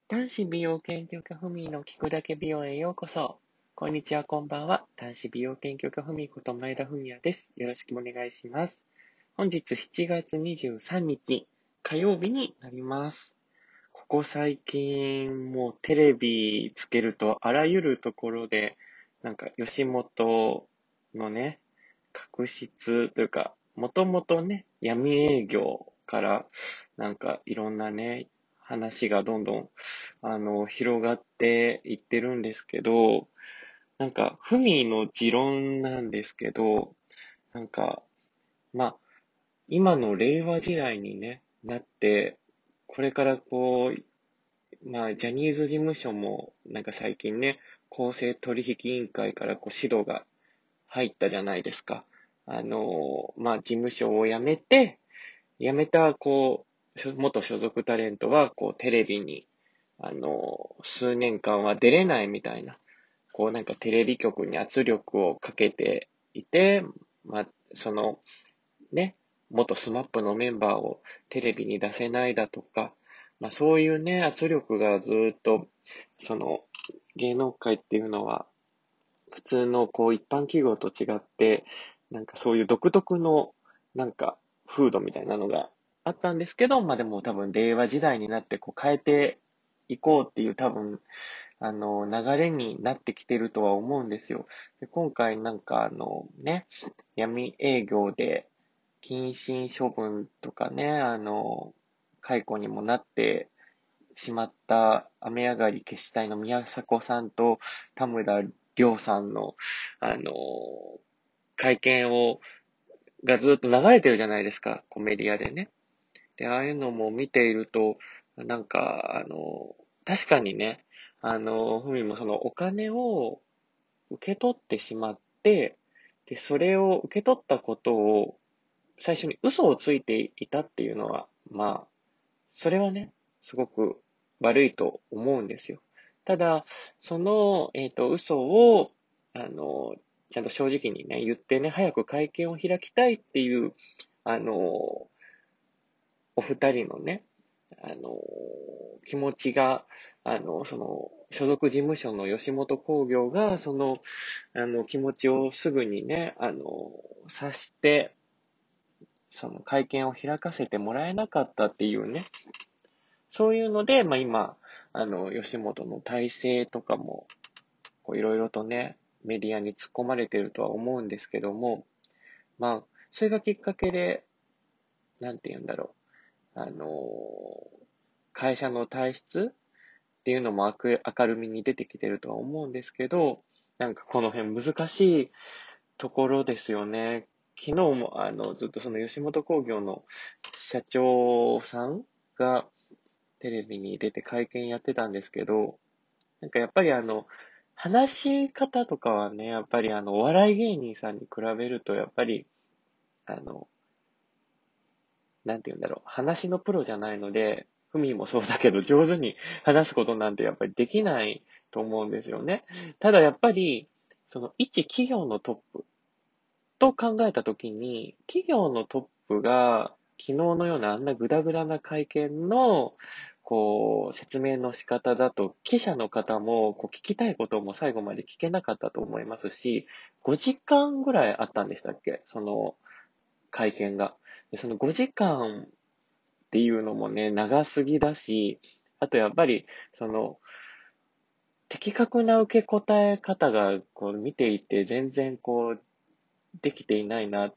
男子美容研究家ふみの聞くだけ美容へようこそ。こんにちは、こんばんは。男子美容研究家ふみこと前田文也です。よろしくお願いします。本日7月23日火曜日になります。ここ最近もうテレビつけるとあらゆるところで吉本のね、確執というか、もともとね、闇営業からいろんなね、話がどんどん広がっていってるんですけど、ふみの持論なんですけど、なんか、まあ、今の令和時代にね、なって、これからジャニーズ事務所も最近ね、公正取引委員会から指導が入ったじゃないですか。事務所を辞めて、辞めた、元所属タレントは、テレビに、数年間は出れないみたいな、テレビ局に圧力をかけていて、その、ね、元スマップのメンバーをテレビに出せないだとか、そういうね、圧力がずっと、芸能界っていうのは、普通の一般企業と違って、そういう独特の、風土みたいなのがあったんですけど、でも多分令和時代になって変えていこうっていう多分、流れになってきてるとは思うんですよ。で今回闇営業で謹慎処分とかね、解雇にもなってしまった雨上がり決死隊の宮迫さんと田村亮さんの、あの、会見がずっと流れてるじゃないですか、コメディアでね。で、ああいうのも見ていると、確かにね、ふみもそのお金を受け取ってしまって、で、それを受け取ったことを最初に嘘をついていたっていうのは、それはね、すごく悪いと思うんですよ。ただ、その、嘘を、ちゃんと正直にね、言ってね、早く会見を開きたいっていう、お二人のね、気持ちが、所属事務所の吉本興業が、気持ちをすぐにね、察して、その会見を開かせてもらえなかったっていうね、そういうので、今、吉本の体制とかも、いろいろとね、メディアに突っ込まれてるとは思うんですけども、それがきっかけで、なんて言うんだろう、会社の体質っていうのも明るみに出てきてるとは思うんですけど、この辺難しいところですよね。昨日もずっとその吉本興業の社長さんがテレビに出て会見やってたんですけど、やっぱり話し方とかはね、やっぱりお笑い芸人さんに比べると、やっぱり、あの、なんて言うんだろう、話のプロじゃないので、ふみもそうだけど、上手に話すことなんてやっぱりできないと思うんですよね。ただやっぱり、一企業のトップと考えたときに、企業のトップが、昨日のようなあんなグダグダな会見の、説明の仕方だと、記者の方も、聞きたいことも最後まで聞けなかったと思いますし、5時間ぐらいあったんでしたっけその会見が。でその5時間っていうのもね、長すぎだし、あとやっぱり、的確な受け答え方が、見ていて、全然できていないなって、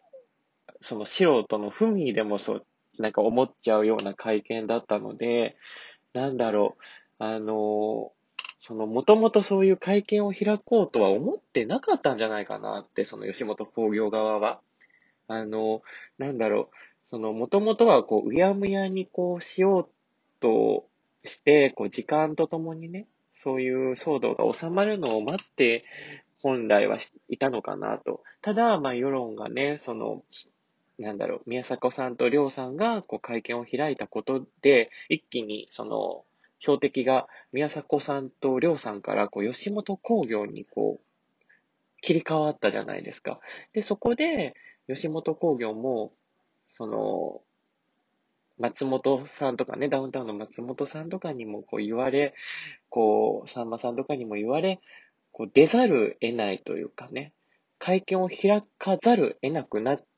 その素人の雰囲でもそう、思っちゃうような会見だったので、なんだろう、もともとそういう会見を開こうとは思ってなかったんじゃないかなって、その吉本興業側は。あの、なんだろもともとはうやむやにしようとして、時間とともにね、そういう騒動が収まるのを待って、本来はいたのかなと。ただ、世論がね、宮迫さんと亮さんが会見を開いたことで、一気に標的が宮迫さんと亮さんから吉本興業に切り替わったじゃないですか。で、そこで吉本興業も、その、 松本さんとかね、ダウンタウンの松本さんとかにも言われ、さんまさんとかにも言われ、出ざる得ないというかね、会見を開かざる得なくなって、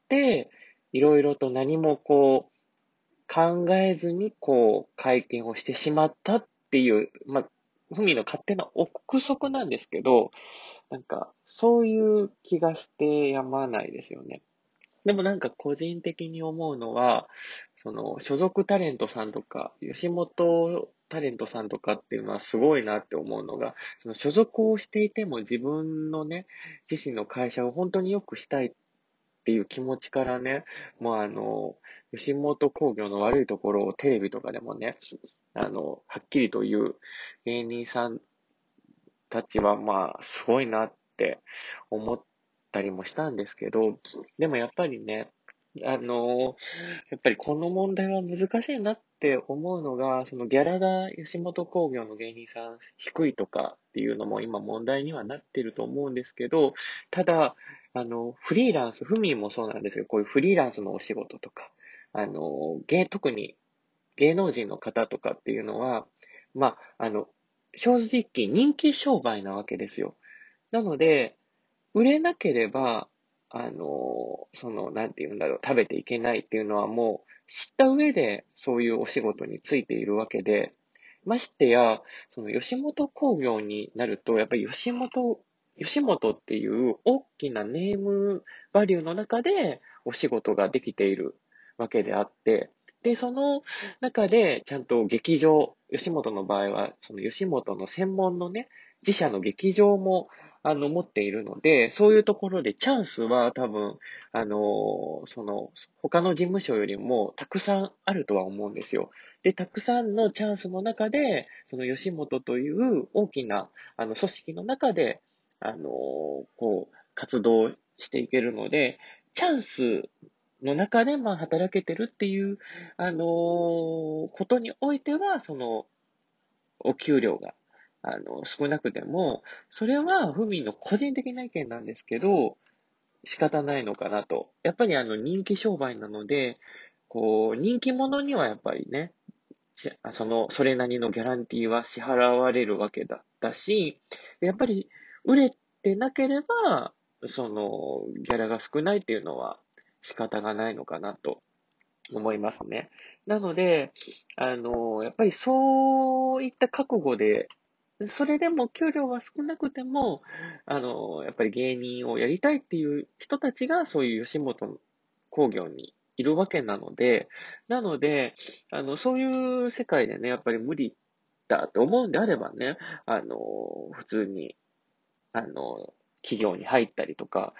いろいろと何も考えずに会見をしてしまったっていう、ふみの勝手な憶測なんですけど、なんか、そういう気がしてやまないですよね。でもなんか個人的に思うのは、所属タレントさんとか、吉本タレントさんとかっていうのはすごいなって思うのが、その所属をしていても自分のね、自身の会社を本当に良くしたいっていう気持ちからね、もう吉本興業の悪いところをテレビとかでもね、はっきりと言う芸人さんたちはすごいなって思ったりもしたんですけど、でもやっぱりね、やっぱりこの問題は難しいなって思うのが、そのギャラが吉本興業の芸人さん低いとかっていうのも今問題にはなってると思うんですけど、ただ、フリーランス、フミもそうなんですけど、こういうフリーランスのお仕事とか、特に芸能人の方とかっていうのは、正直人気商売なわけですよ。なので、売れなければ、なんて言うんだろう、食べていけないっていうのはもう知った上でそういうお仕事についているわけで、ましてや、その吉本興業になると、やっぱり吉本っていう大きなネームバリューの中でお仕事ができているわけであって、で、その中でちゃんと劇場、吉本の場合は、その吉本の専門のね、自社の劇場も持っているので、そういうところでチャンスは多分、他の事務所よりもたくさんあるとは思うんですよ。で、たくさんのチャンスの中で、その吉本という大きな、組織の中で、活動していけるので、チャンスの中で、働けてるっていう、ことにおいては、お給料が、少なくても、それは、府民の個人的な意見なんですけど、仕方ないのかなと。やっぱり人気商売なので、人気者にはやっぱりね、それなりのギャランティーは支払われるわけだし、やっぱり、売れてなければ、ギャラが少ないっていうのは仕方がないのかなと思いますね。なので、やっぱりそういった覚悟で、それでも給料が少なくても、やっぱり芸人をやりたいっていう人たちがそういう吉本興業にいるわけなので、そういう世界でね、やっぱり無理だと思うんであればね、普通に、企業に入ったりとか、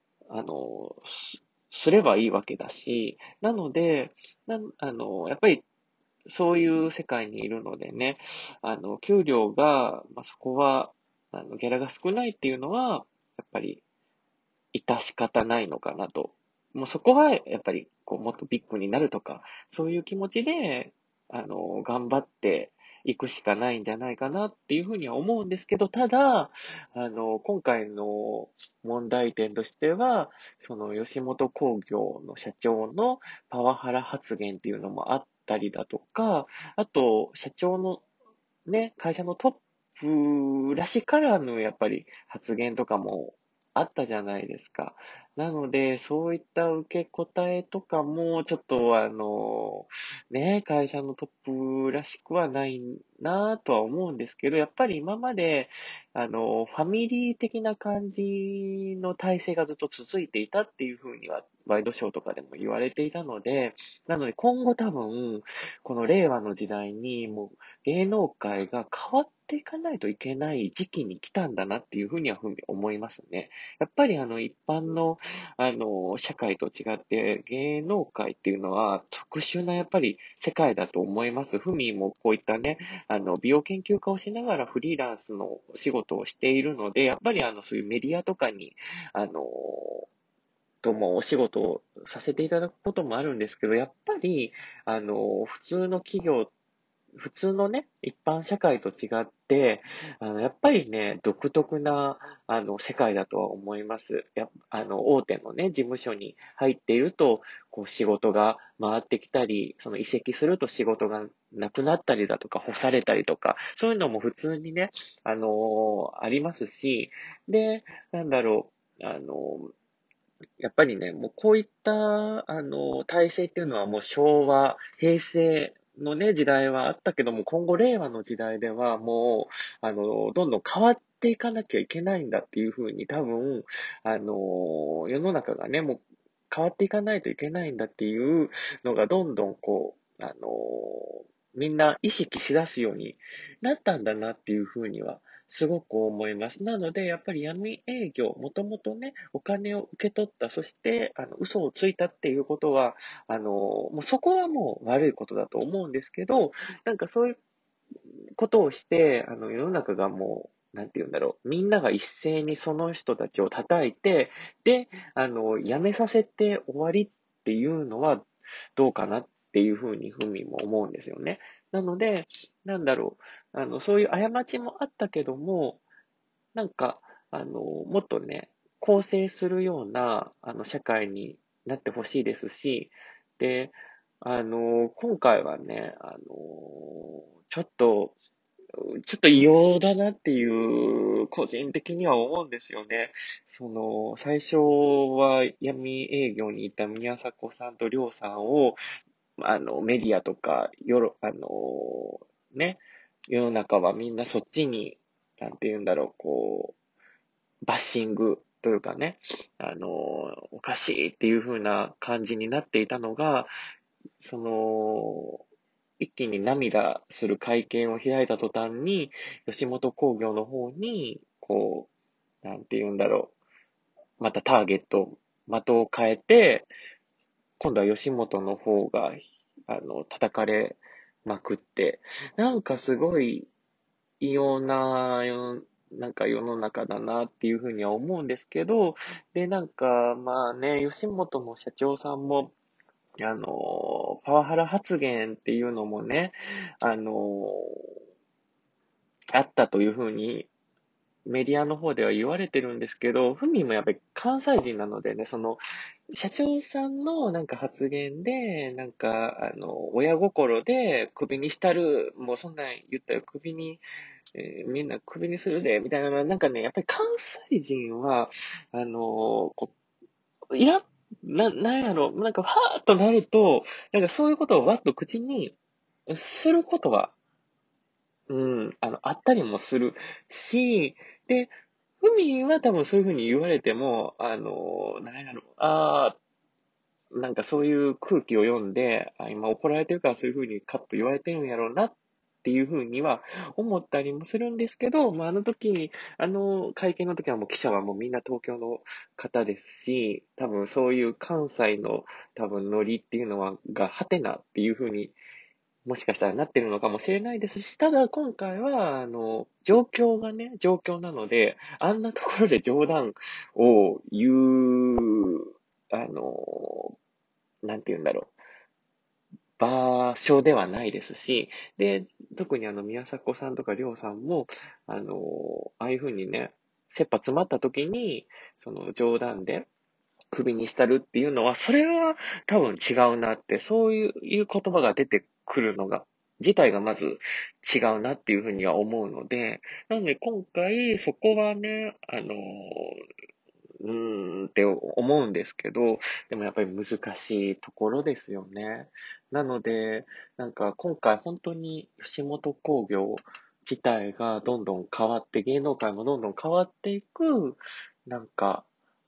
すればいいわけだし、なので、やっぱりそういう世界にいるのでね、給料が、そこは、ギャラが少ないっていうのは、やっぱり、致し方ないのかなと。もうそこは、やっぱり、もっとビッグになるとか、そういう気持ちで、頑張っていくしかないんじゃないかなっていうふうには思うんですけど、ただ、今回の問題点としては、その吉本興業の社長のパワハラ発言っていうのもあったりだとか、あと、社長のね、会社のトップらしからぬやっぱり発言とかもあったじゃないですか。なので、そういった受け答えとかも、ちょっとね、会社のトップらしくはないなとは思うんですけど、やっぱり今まで、ファミリー的な感じの体制がずっと続いていたっていうふうには、ワイドショーとかでも言われていたので、なので今後多分、この令和の時代にもう芸能界が変わっていかないといけない時期に来たんだなっていうふうに思いますね。やっぱり一般の、社会と違って芸能界っていうのは特殊なやっぱり世界だと思います。ふみもこういったね、美容研究家をしながらフリーランスのお仕事をしているので、やっぱりそういうメディアとかに、あの、もお仕事をさせていただくこともあるんですけど、やっぱり、普通の企業普通のね、一般社会と違って、やっぱりね、独特な、世界だとは思います。大手のね、事務所に入っていると、こう、仕事が回ってきたり、その移籍すると仕事がなくなったりだとか、干されたりとか、そういうのも普通にね、ありますし、で、なんだろう、やっぱりね、もうこういった、体制っていうのはもう昭和、平成のね、時代はあったけども、今後令和の時代ではもう、どんどん変わっていかなきゃいけないんだっていうふうに多分、世の中がね、もう変わっていかないといけないんだっていうのがどんどんこう、みんな意識しだすようになったんだなっていうふうにはすごく思います。なので、やっぱり闇営業、もともとね、お金を受け取った、そして、嘘をついたっていうことは、もうそこはもう悪いことだと思うんですけど、なんかそういうことをして、世の中がもう、なんて言うんだろう、みんなが一斉にその人たちを叩いて、で、辞めさせて終わりっていうのはどうかなっていうふうにふみも思うんですよね。なので、なんだろう、そういう過ちもあったけども、なんか、もっとね、構成するような、社会になってほしいですし、で、今回はね、ちょっと、ちょっと異様だなっていう、個人的には思うんですよね。最初は闇営業にいた宮迫さんとりょうさんを、メディアとか、ね、世の中はみんなそっちに、なんて言うんだろう、こう、バッシングというかね、おかしいっていう風な感じになっていたのが、その、一気に涙する会見を開いた途端に、吉本興業の方に、こう、なんて言うんだろう、またターゲット、的を変えて、今度は吉本の方が、叩かれまくって、なんかすごい異様ななんか世の中だなっていうふうには思うんですけど、で、なんか、まあね、吉本の社長さんも、パワハラ発言っていうのもね、あの、あったというふうにメディアの方では言われてるんですけど、ふみもやっぱり関西人なのでね、社長さんのなんか発言で、なんか、親心で首にしたる、もうそんなん言ったら首に、みんな首にするで、みたいなのは、なんかね、やっぱり関西人は、こう、なんやろ、なんか、はーっとなると、なんかそういうことをわっと口にすることはあったりもするし、で、ふみは多分そういうふうに言われても、なんやろ、なんかそういう空気を読んで、今怒られてるからそういうふうにカッと言われてるんやろうなっていうふうには思ったりもするんですけど、まあ、あの時に、会見の時はもう記者はもうみんな東京の方ですし、多分そういう関西の多分ノリっていうのは、がハテナっていうふうにもしかしたらなってるのかもしれないですし、ただ今回は、状況がね、状況なので、あんなところで冗談を言う、なんて言うんだろう、場所ではないですし、で、特に宮迫さんとかりょうさんも、ああいうふうにね、切羽詰まった時に、その冗談で首にしたるっていうのは、それは多分違うなって、そういう言葉が出てくるのが、自体がまず違うなっていうふうには思うので、なので今回そこはね、って思うんですけど、でもやっぱり難しいところですよね。なので、なんか今回本当に吉本興業自体がどんどん変わって、芸能界もどんどん変わっていく、なんか、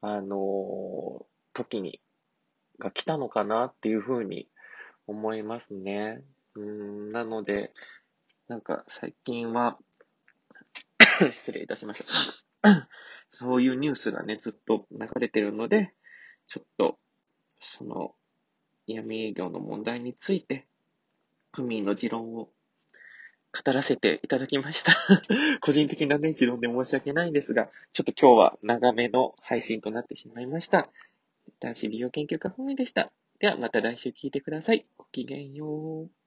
時が来たのかなっていうふうに思いますね。なので、なんか最近は失礼いたしました。そういうニュースがね、ずっと流れてるので、ちょっと、その、闇営業の問題について、区民の持論を語らせていただきました。個人的なね、持論で申し訳ないんですが、ちょっと今日は長めの配信となってしまいました。男子美容研究家ふみでした。ではまた来週聞いてください。ごきげんよう。